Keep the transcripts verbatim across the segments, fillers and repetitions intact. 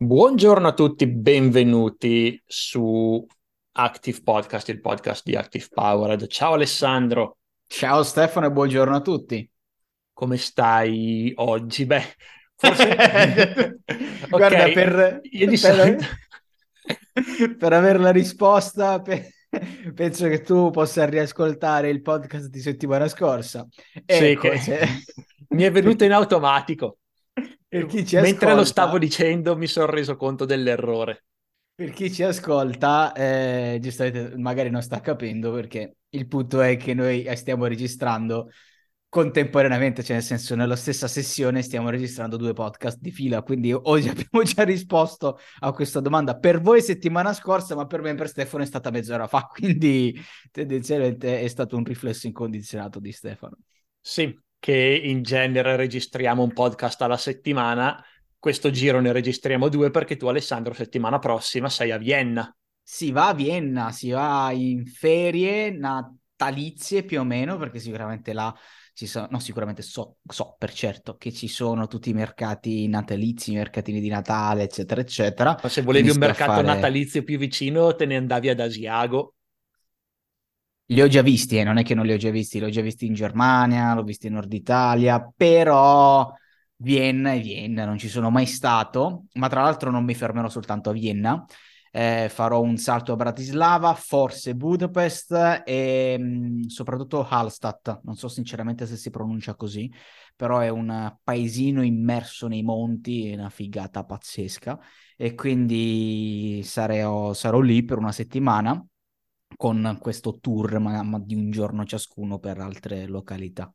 Buongiorno a tutti, benvenuti su Active Podcast, il podcast di Active Powered. Ciao Alessandro, Ciao Stefano e buongiorno a tutti. come stai oggi? Beh, forse... Guarda, Ok, per, io di solito... per, per aver la risposta, pe- penso che tu possa riascoltare il podcast di settimana scorsa. Sì, che Ecco, se- mi è per venuto in chi, automatico. per chi ci Mentre lo stavo ascolta, dicendo mi sono reso conto dell'errore. Per chi ci ascolta, eh, giustamente magari non sta capendo perché il punto è che noi eh, stiamo registrando contemporaneamente, cioè nel senso nella stessa sessione stiamo registrando due podcast di fila, quindi oggi abbiamo già risposto a questa domanda per voi settimana scorsa, ma per me e per Stefano è stata mezz'ora fa, quindi tendenzialmente è stato un riflesso incondizionato di Stefano. Sì, che in genere registriamo un podcast alla settimana. Questo giro ne registriamo due perché tu, Alessandro, settimana prossima sei a Vienna. Si va a Vienna, si va in ferie natalizie più o meno, perché sicuramente là ci sono, no, sicuramente so, so per certo che ci sono tutti i mercati natalizi, i mercatini di Natale, eccetera, eccetera. Ma se volevi Quindi un sto a mercato fare. natalizio più vicino, te ne andavi ad Asiago. Li ho già visti, e non è che non li ho già visti, li ho già visti in Germania, l'ho visti in Nord Italia, però Vienna è Vienna, non ci sono mai stato, ma tra l'altro non mi fermerò soltanto a Vienna. Eh, farò un salto a Bratislava, forse Budapest e mh, soprattutto Hallstatt. Non so sinceramente se si pronuncia così, però è un paesino immerso nei monti, è una figata pazzesca e quindi sarò, sarò lì per una settimana con questo tour, ma, ma di un giorno ciascuno per altre località.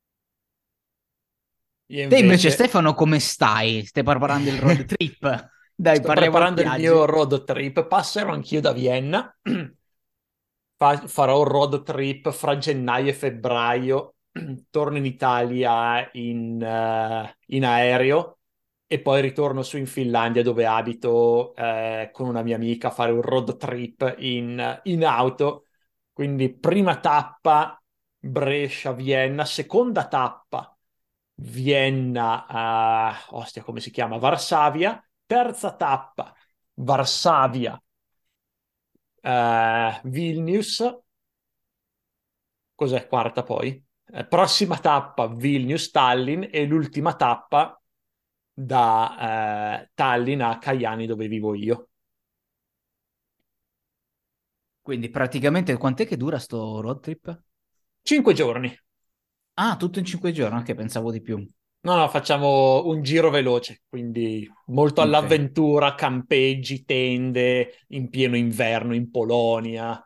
Io Te invece, invece Stefano, come stai? Stai preparando il road trip? Dai, sto parliamo di preparando il mio viaggi. road trip. Passerò anch'io da Vienna. Fa- farò un road trip fra gennaio e febbraio. Torno in Italia in, eh, in aereo e poi ritorno su in Finlandia dove abito eh, con una mia amica a fare un road trip in, in auto. Quindi prima tappa Brescia-Vienna, seconda tappa Vienna, eh, ostia, come si chiama? Varsavia, terza tappa Varsavia, eh, Vilnius, cos'è quarta poi? Eh, prossima tappa Vilnius-Tallinn e l'ultima tappa da eh, Tallinn a Kajaani dove vivo io. Quindi praticamente quant'è che dura sto road trip? Cinque giorni. Ah, tutto in cinque giorni, ok, pensavo di più. No, no, facciamo un giro veloce, quindi molto Ok. all'avventura, campeggi, tende, in pieno inverno in Polonia.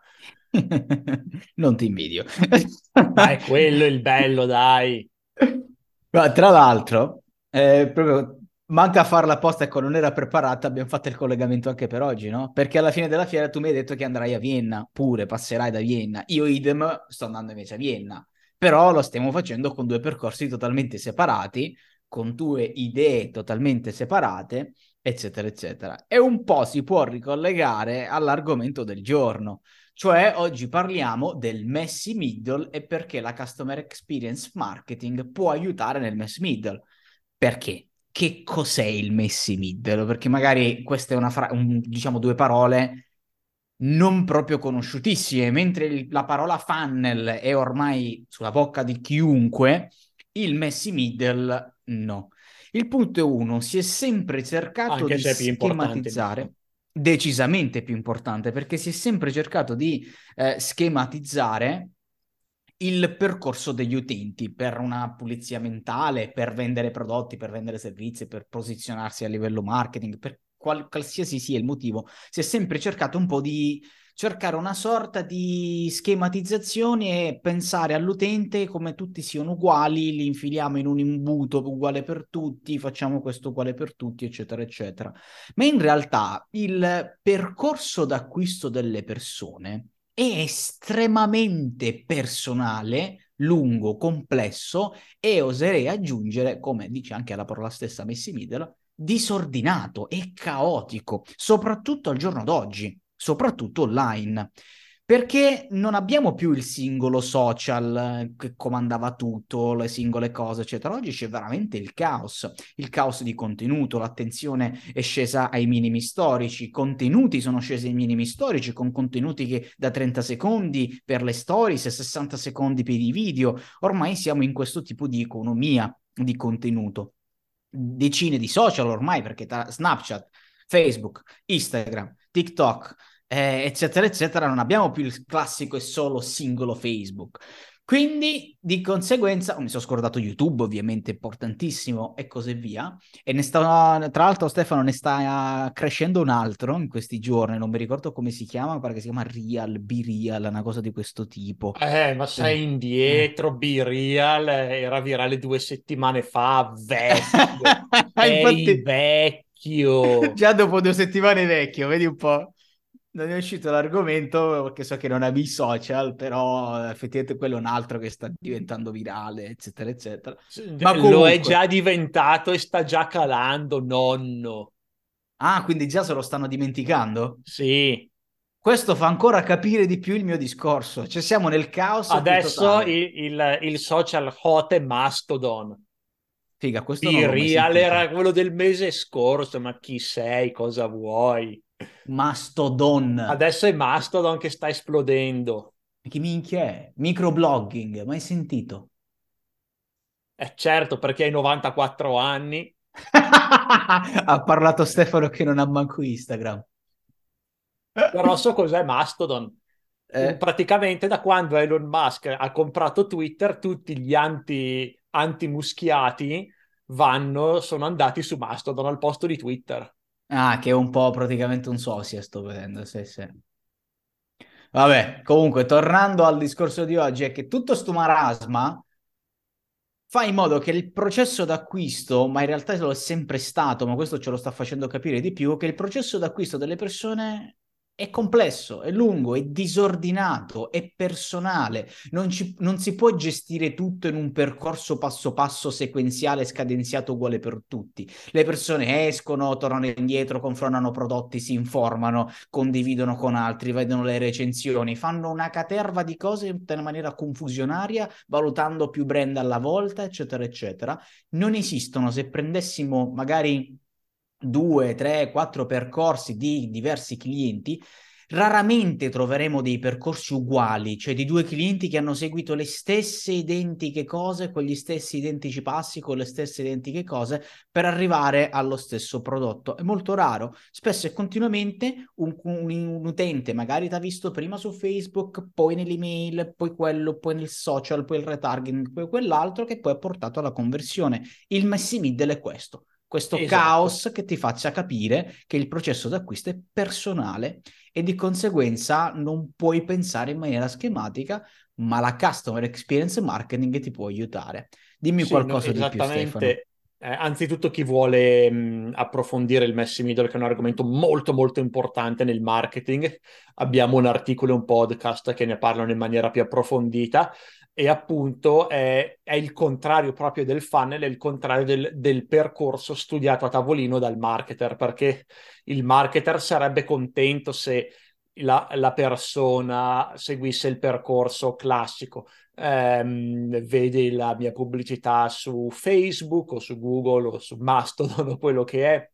Non ti invidio. Ma è quello il bello, dai. Ma tra l'altro, eh, proprio manca a farla apposta, ecco, non era preparata, abbiamo fatto il collegamento anche per oggi, no? Perché alla fine della fiera tu mi hai detto che andrai a Vienna, pure passerai da Vienna. Io idem sto andando invece a Vienna, però lo stiamo facendo con due percorsi totalmente separati, con due idee totalmente separate, eccetera, eccetera. E un po' si può ricollegare all'argomento del giorno. Cioè, oggi parliamo del messy middle e perché la customer experience marketing può aiutare nel messy middle. Perché? Che cos'è il messy middle? Perché magari questa è una fra- un, diciamo due parole non proprio conosciutissime, mentre il- la parola funnel è ormai sulla bocca di chiunque, il messy middle no. Il punto è uno, si è sempre cercato Anche di se è più importante in effetti. schematizzare, decisamente più importante, perché si è sempre cercato di eh, schematizzare il percorso degli utenti per una pulizia mentale, per vendere prodotti, per vendere servizi, per posizionarsi a livello marketing, per qual- qualsiasi sia il motivo, si è sempre cercato un po' di cercare una sorta di schematizzazione e pensare all'utente come tutti siano uguali, li infiliamo in un imbuto uguale per tutti, facciamo questo uguale per tutti, eccetera, eccetera. Ma in realtà il percorso d'acquisto delle persone è estremamente personale, lungo, complesso e oserei aggiungere, come dice anche la parola stessa Messi Middle, disordinato e caotico, soprattutto al giorno d'oggi, soprattutto online. Perché non abbiamo più il singolo social eh, che comandava tutto, le singole cose, eccetera. Oggi c'è veramente il caos, il caos di contenuto, l'attenzione è scesa ai minimi storici, i contenuti sono scesi ai minimi storici, con contenuti che da trenta secondi per le stories e sessanta secondi per i video. Ormai siamo in questo tipo di economia di contenuto. Decine di social ormai, perché tra Snapchat, Facebook, Instagram, TikTok, eh, eccetera, eccetera, non abbiamo più il classico e solo singolo Facebook. Quindi, di conseguenza, oh, mi sono scordato YouTube, ovviamente importantissimo, e così via. E ne sta, tra l'altro, Stefano, ne sta crescendo un altro in questi giorni, non mi ricordo come si chiama, perché si chiama Real, Be Real, una cosa di questo tipo. Eh, ma sei Eh, eh. indietro, B-Real, era virale due settimane fa, vecchio. Sei Infatti, vecchio. già dopo due settimane vecchio, vedi un po'. Non è uscito l'argomento perché so che non avevi i social, però eh, effettivamente quello è un altro che sta diventando virale, eccetera, eccetera. Ma Lo è comunque, già diventato e sta già calando, nonno. ah, quindi già se lo stanno dimenticando? Sì. Questo fa ancora capire di più il mio discorso. Cioè siamo nel caos più Adesso totale. il, il- il social hot è Mastodon. Figa, questo non l'ho mai B-Real sentito. era quello del mese scorso, ma chi sei? Cosa vuoi? Mastodon. Adesso è Mastodon che sta esplodendo. Che minchia è? Microblogging, mai sentito? Eh certo, perché hai novantaquattro anni. Ha parlato Stefano che non ha manco Instagram. Però so cos'è Mastodon. Eh, Praticamente da quando Elon Musk ha comprato Twitter, tutti gli anti, anti-muschiati vanno, sono andati su Mastodon al posto di Twitter. ah, che è un po' praticamente un sosia, sto vedendo, sì, sì. Vabbè, comunque, tornando al discorso di oggi, è che tutto sto marasma fa in modo che il processo d'acquisto, ma in realtà lo è sempre stato, ma questo ce lo sta facendo capire di più, che il processo d'acquisto delle persone è complesso, è lungo, è disordinato, è personale, non, ci- non si può gestire tutto in un percorso passo passo sequenziale scadenziato uguale per tutti. Le persone escono, tornano indietro, confrontano prodotti, si informano, condividono con altri, vedono le recensioni, fanno una caterva di cose in una maniera confusionaria, valutando più brand alla volta, eccetera, eccetera. Non esistono, se prendessimo magari due, tre, quattro percorsi di diversi clienti, raramente troveremo dei percorsi uguali, cioè di due clienti che hanno seguito le stesse identiche cose, con gli stessi identici passi, con le stesse identiche cose, per arrivare allo stesso prodotto. È molto raro. Spesso e continuamente un, un, un utente magari ti ha visto prima su Facebook, poi nell'email, poi quello, poi nel social, poi il retargeting, poi quell'altro che poi ha portato alla conversione. Il messi middle è questo. Questo Esatto. caos che ti faccia capire che il processo d'acquisto è personale e di conseguenza non puoi pensare in maniera schematica, ma la customer experience marketing ti può aiutare. Dimmi Sì, no, qualcosa di più, Stefano. esattamente. Eh, anzitutto chi vuole mh, approfondire il Messi Middle, che è un argomento molto molto importante nel marketing, abbiamo un articolo e un podcast che ne parlano in maniera più approfondita e appunto è, è il contrario proprio del funnel, è il contrario del, del percorso studiato a tavolino dal marketer, perché il marketer sarebbe contento se la, la persona seguisse il percorso classico. Ehm, vedi la mia pubblicità su Facebook o su Google o su Mastodon o quello che è,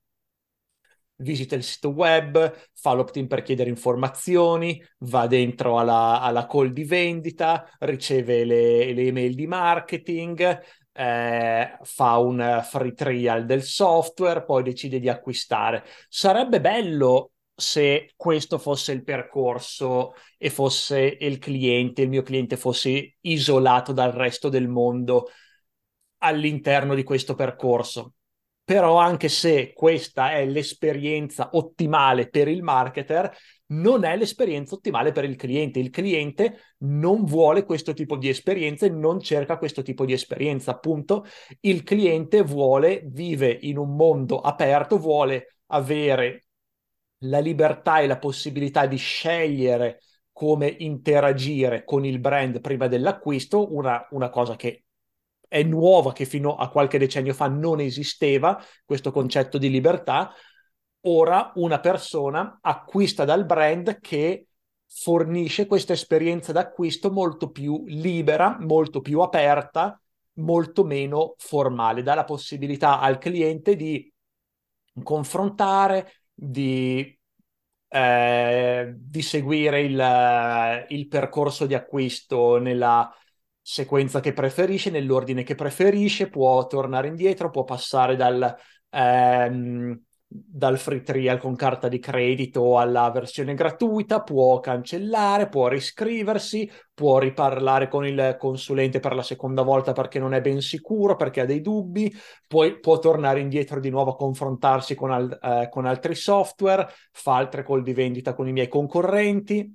visita il sito web, fa l'opt-in per chiedere informazioni, va dentro alla, alla call di vendita, riceve le, le email di marketing, eh, fa un free trial del software, poi decide di acquistare. Sarebbe bello se questo fosse il percorso e fosse il cliente, il mio cliente fosse isolato dal resto del mondo all'interno di questo percorso. Però anche se questa è l'esperienza ottimale per il marketer, non è l'esperienza ottimale per il cliente. Il cliente non vuole questo tipo di esperienza e non cerca questo tipo di esperienza. Appunto, il cliente vuole, vive in un mondo aperto, vuole avere la libertà e la possibilità di scegliere come interagire con il brand prima dell'acquisto, una, una cosa che è nuova, che fino a qualche decennio fa non esisteva, questo concetto di libertà. Ora una persona acquista dal brand che fornisce questa esperienza d'acquisto molto più libera, molto più aperta, molto meno formale, dà la possibilità al cliente di confrontare, di, eh, di seguire il, il percorso di acquisto nella sequenza che preferisce, nell'ordine che preferisce, può tornare indietro, può passare dal, ehm, dal free trial con carta di credito alla versione gratuita, può cancellare, può riscriversi, può riparlare con il consulente per la seconda volta perché non è ben sicuro, perché ha dei dubbi, poi può tornare indietro di nuovo a confrontarsi con, al- eh, con altri software, fa altre call di vendita con i miei concorrenti.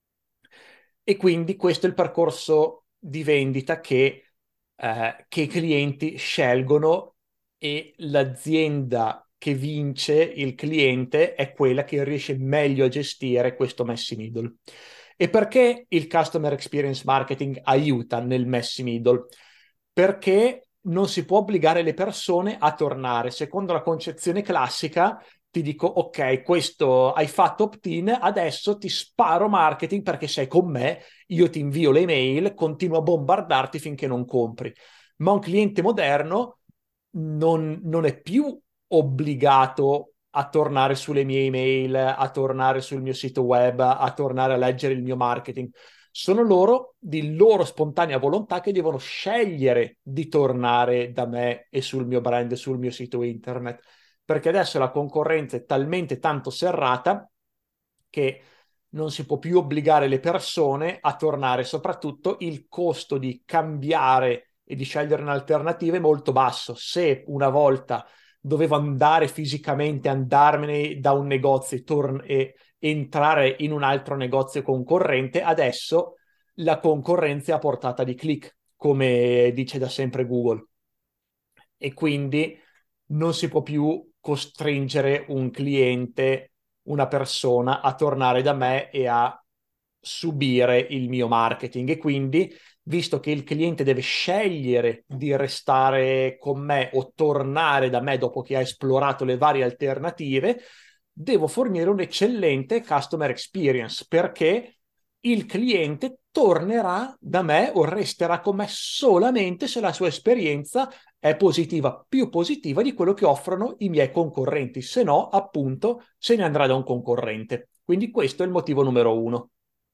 E quindi questo è il percorso di vendita che, eh, che i clienti scelgono, e l'azienda che vince il cliente è quella che riesce meglio a gestire questo messy middle. E perché il customer experience marketing aiuta nel messy middle? Perché non si può obbligare le persone a tornare. Secondo la concezione classica, ti dico, ok, questo hai fatto opt-in, adesso ti sparo marketing perché sei con me, io ti invio le email, continuo a bombardarti finché non compri. Ma un cliente moderno non, non è più obbligato a tornare sulle mie email, a tornare sul mio sito web, a tornare a leggere il mio marketing. Sono loro, di loro spontanea volontà, che devono scegliere di tornare da me e sul mio brand, sul mio sito internet, perché adesso la concorrenza è talmente tanto serrata che non si può più obbligare le persone a tornare. Soprattutto il costo di cambiare e di scegliere un'alternativa è molto basso. Se una volta dovevo andare fisicamente, andarmene da un negozio e, tor- e entrare in un altro negozio concorrente, adesso la concorrenza è a portata di click, come dice da sempre Google. E quindi non si può più costringere un cliente, una persona, a tornare da me e a subire il mio marketing. E quindi, visto che il cliente deve scegliere di restare con me o tornare da me dopo che ha esplorato le varie alternative, devo fornire un eccellente customer experience, perché il cliente tornerà da me o resterà con me solamente se la sua esperienza è positiva, più positiva di quello che offrono i miei concorrenti. Se no, appunto, se ne andrà da un concorrente. Quindi questo è il motivo numero uno.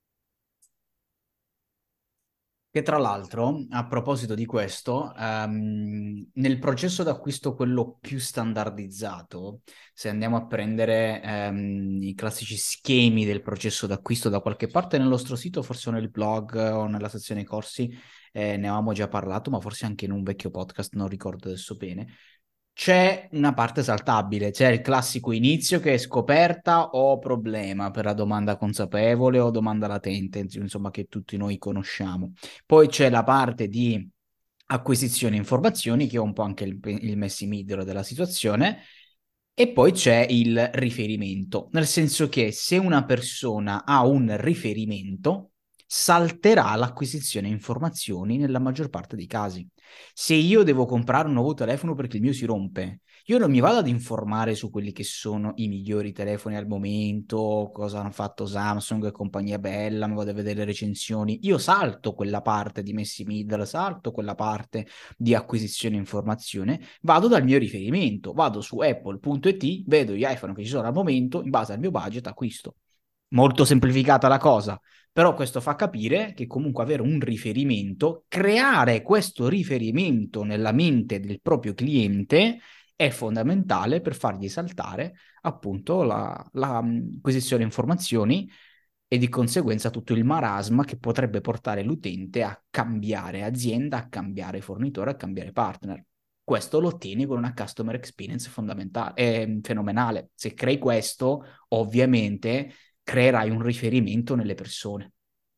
Che tra l'altro, a proposito di questo, ehm, nel processo d'acquisto quello più standardizzato, se andiamo a prendere ehm, i classici schemi del processo d'acquisto da qualche parte nel nostro sito, forse nel blog o nella sezione corsi, eh, ne avevamo già parlato, ma forse anche in un vecchio podcast, non ricordo adesso bene. C'è una parte saltabile, c'è il classico inizio che è scoperta o problema per la domanda consapevole o domanda latente, insomma, che tutti noi conosciamo. Poi c'è la parte di acquisizione informazioni, che è un po' anche il, il messy middle della situazione, e poi c'è il riferimento, nel senso che se una persona ha un riferimento, salterà l'acquisizione informazioni nella maggior parte dei casi. Se io devo comprare un nuovo telefono perché il mio si rompe, io non mi vado ad informare su quelli che sono i migliori telefoni al momento, cosa hanno fatto Samsung e compagnia bella, mi vado a vedere le recensioni. Io salto quella parte di messi middle, salto quella parte di acquisizione informazione, vado dal mio riferimento, vado su apple punto it, vedo gli iPhone che ci sono al momento, in base al mio budget acquisto. Molto semplificata la cosa, però questo fa capire che comunque avere un riferimento, creare questo riferimento nella mente del proprio cliente è fondamentale per fargli saltare appunto la, la mh, acquisizione informazioni e di conseguenza tutto il marasma che potrebbe portare l'utente a cambiare azienda, a cambiare fornitore, a cambiare partner. Questo lo ottieni con una customer experience fondamentale, eh, fenomenale. Se crei questo, ovviamente creerai un riferimento nelle persone.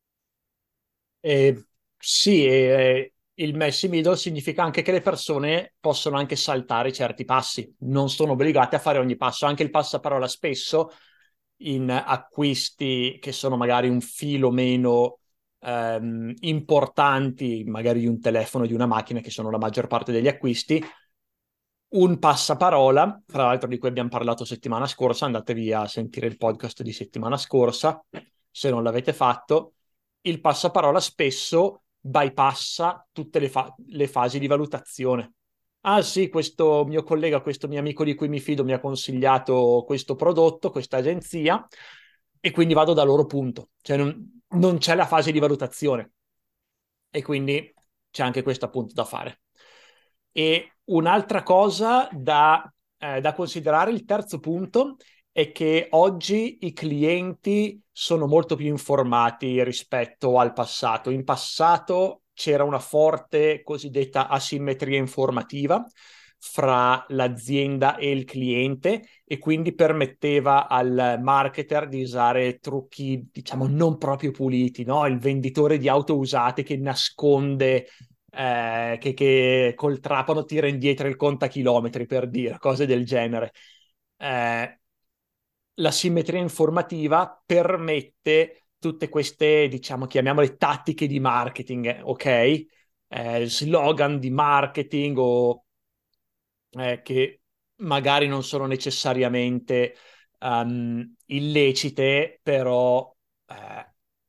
E sì, e, il messy middle significa anche che le persone possono anche saltare certi passi, non sono obbligate a fare ogni passo. Anche il passaparola spesso in acquisti che sono magari un filo meno ehm, importanti, magari di un telefono, di una macchina, che sono la maggior parte degli acquisti, un passaparola, tra l'altro di cui abbiamo parlato settimana scorsa, andatevi a sentire il podcast di settimana scorsa, se non l'avete fatto, il passaparola spesso bypassa tutte le, fa- le fasi di valutazione. Ah sì, questo mio collega, questo mio amico di cui mi fido mi ha consigliato questo prodotto, questa agenzia, e quindi vado da loro, punto. Cioè non, non c'è la fase di valutazione e quindi c'è anche questo appunto da fare. E un'altra cosa da, eh, da considerare, il terzo punto, è che oggi i clienti sono molto più informati rispetto al passato. In passato c'era una forte cosiddetta asimmetria informativa fra l'azienda e il cliente e quindi permetteva al marketer di usare trucchi, diciamo, non proprio puliti, no? Il venditore di auto usate che nasconde, eh, che, che col trapano tira indietro il contachilometri, per dire, cose del genere. Eh, la simmetria informativa permette tutte queste, diciamo, chiamiamole tattiche di marketing, eh, ok? Eh, slogan di marketing o eh, che magari non sono necessariamente um, illecite, però eh,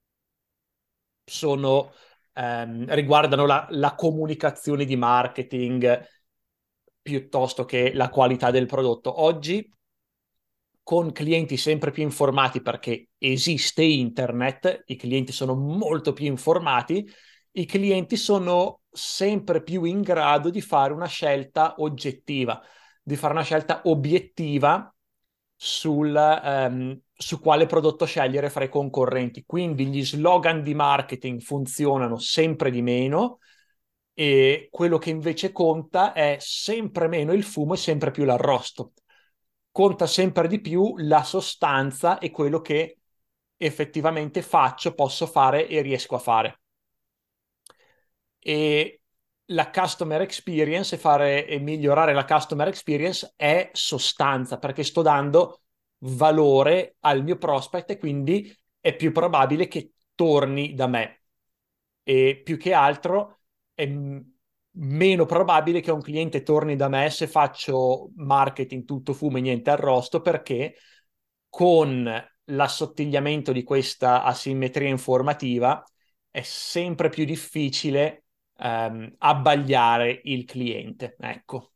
sono, ehm, riguardano la, la comunicazione di marketing piuttosto che la qualità del prodotto. Oggi, con clienti sempre più informati perché esiste internet, i clienti sono molto più informati, i clienti sono sempre più in grado di fare una scelta oggettiva, di fare una scelta obiettiva sul, ehm, su quale prodotto scegliere fra i concorrenti. Quindi gli slogan di marketing funzionano sempre di meno e quello che invece conta è sempre meno il fumo e sempre più l'arrosto. Conta sempre di più la sostanza e quello che effettivamente faccio, posso fare e riesco a fare. E la customer experience e fare e migliorare la customer experience è sostanza, perché sto dando valore al mio prospect e quindi è più probabile che torni da me. E più che altro è m- meno probabile che un cliente torni da me se faccio marketing tutto fumo e niente arrosto, perché con l'assottigliamento di questa asimmetria informativa è sempre più difficile ehm, abbagliare il cliente. Ecco,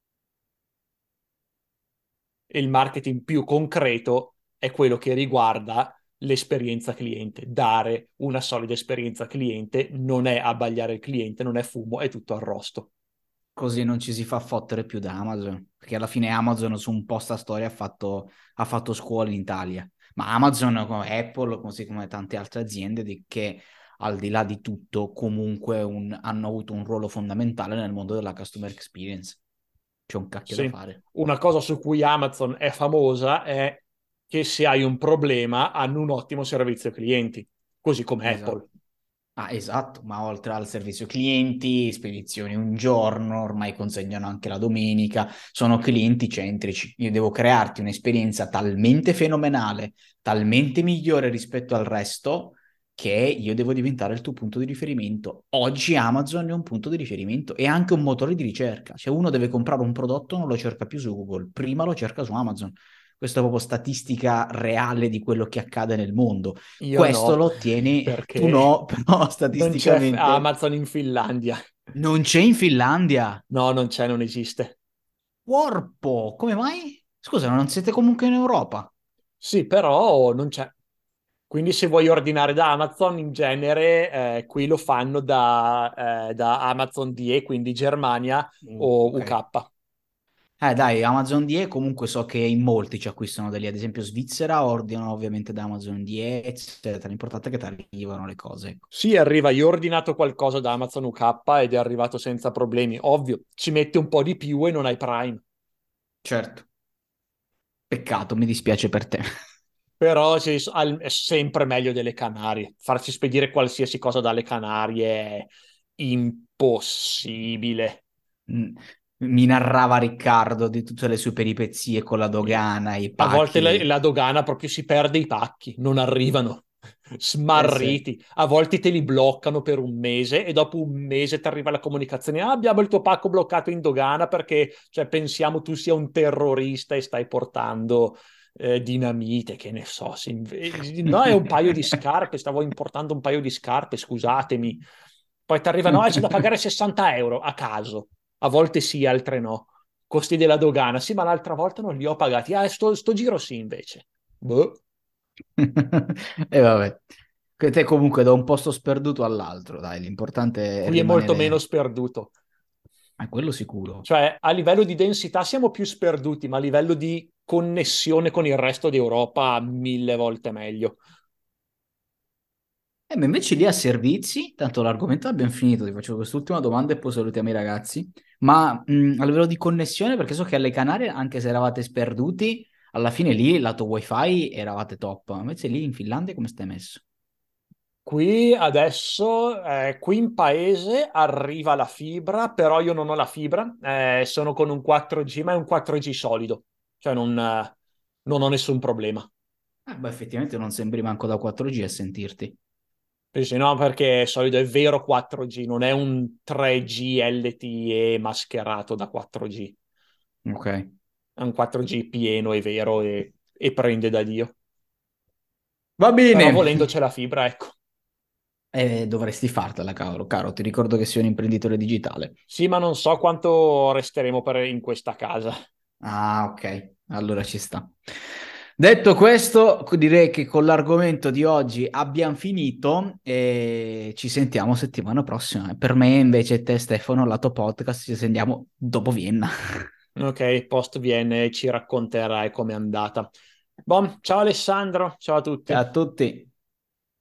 il marketing più concreto è quello che riguarda l'esperienza cliente. Dare una solida esperienza cliente non è abbagliare il cliente, non è fumo, è tutto arrosto. Così non ci si fa fottere più da Amazon, perché alla fine Amazon su un po' sta storia ha fatto, ha fatto scuola in Italia, ma Amazon come Apple, così come tante altre aziende di, che al di là di tutto comunque un, hanno avuto un ruolo fondamentale nel mondo della customer experience. C'è un cacchio da Sì. fare. Una cosa su cui Amazon è famosa è che se hai un problema hanno un ottimo servizio clienti, così come Esatto. Apple. Ah, esatto, ma oltre al servizio clienti, spedizioni un giorno, ormai consegnano anche la domenica, sono clienti centrici. Io devo crearti un'esperienza talmente fenomenale, talmente migliore rispetto al resto, che io devo diventare il tuo punto di riferimento. Oggi Amazon è un punto di riferimento e anche un motore di ricerca. Se uno deve comprare un prodotto non lo cerca più su Google, prima lo cerca su Amazon. Questa è proprio statistica reale di quello che accade nel mondo. Io Questo no, lo ottieni, tu perché no, però non c'è f- statisticamente Amazon in Finlandia. non c'è in Finlandia. No, non c'è, non esiste. Corpo, come mai? Scusa, non siete comunque in Europa? Sì, però non c'è. Quindi se vuoi ordinare da Amazon, in genere eh, qui lo fanno da, eh, da Amazon D E, quindi Germania Uh, o ok. U K. Eh dai, Amazon D E comunque so che in molti ci acquistano da lì, ad esempio Svizzera ordinano ovviamente da Amazon D E, eccetera. L'importante è che ti arrivano le cose, ecco. Sì, arriva, io ho ordinato qualcosa da Amazon U K ed è arrivato senza problemi. Ovvio, ci mette un po' di più e non hai Prime. Certo. Peccato, mi dispiace per te. Però sì, al- è sempre meglio delle Canarie. Farsi spedire qualsiasi cosa dalle Canarie è impossibile. Mm. Mi narrava Riccardo di tutte le sue peripezie con la E dogana, i a volte la, pacchi. la dogana proprio si perde i pacchi, non arrivano, Eh sì. smarriti. A volte te li bloccano per un mese e dopo un mese ti arriva la comunicazione: ah, abbiamo il tuo pacco bloccato in dogana perché cioè, pensiamo tu sia un terrorista e stai portando eh, dinamite, che ne so. Si inve- no, è un paio di scarpe, stavo importando un paio di scarpe, scusatemi. Poi ti arrivano, ah, c'è da pagare sessanta euro a caso. A volte sì, altre no. Costi della dogana, sì, ma l'altra volta non li ho pagati. Ah, sto, sto giro sì, invece. Boh. E vabbè. Che te comunque da un posto sperduto all'altro, dai, l'importante è Qui è molto meno rimanere... sperduto. Ah, quello sicuro. Cioè, a livello di densità siamo più sperduti, ma a livello di connessione con il resto d'Europa, mille volte meglio. Eh, ma invece lì a servizi, tanto l'argomento l'abbiamo finito, ti faccio quest'ultima domanda e poi salutiamo i ragazzi. Ma mh, a livello di connessione, perché so che alle Canarie, anche se eravate sperduti, alla fine lì, lato wifi, eravate top. Invece lì in Finlandia come stai messo? Qui adesso, eh, qui in paese arriva la fibra, però io non ho la fibra, eh, sono con un quattro G, ma è un quattro G solido, cioè non, eh, non ho nessun problema. Eh, beh, effettivamente non sembri manco da quattro G a sentirti. Pensi no, perché è solido, è vero quattro G, non è un tre G L T E mascherato da quattro G, Ok. è un quattro G pieno, è vero, e, e prende da Dio. Va Però bene. volendo c'è la fibra, ecco. Eh, dovresti fartela, cavolo, caro. Ti ricordo che sei un imprenditore digitale. Sì, ma non so quanto resteremo per- in questa casa. Ah, ok, allora ci sta. Detto questo, direi che con l'argomento di oggi abbiamo finito e ci sentiamo settimana prossima. Per me, invece, te, Stefano, lato podcast, ci sentiamo dopo Vienna. Ok, post viene e ci racconterai com'è andata. Bom, ciao Alessandro, ciao a Ciao tutti. a tutti.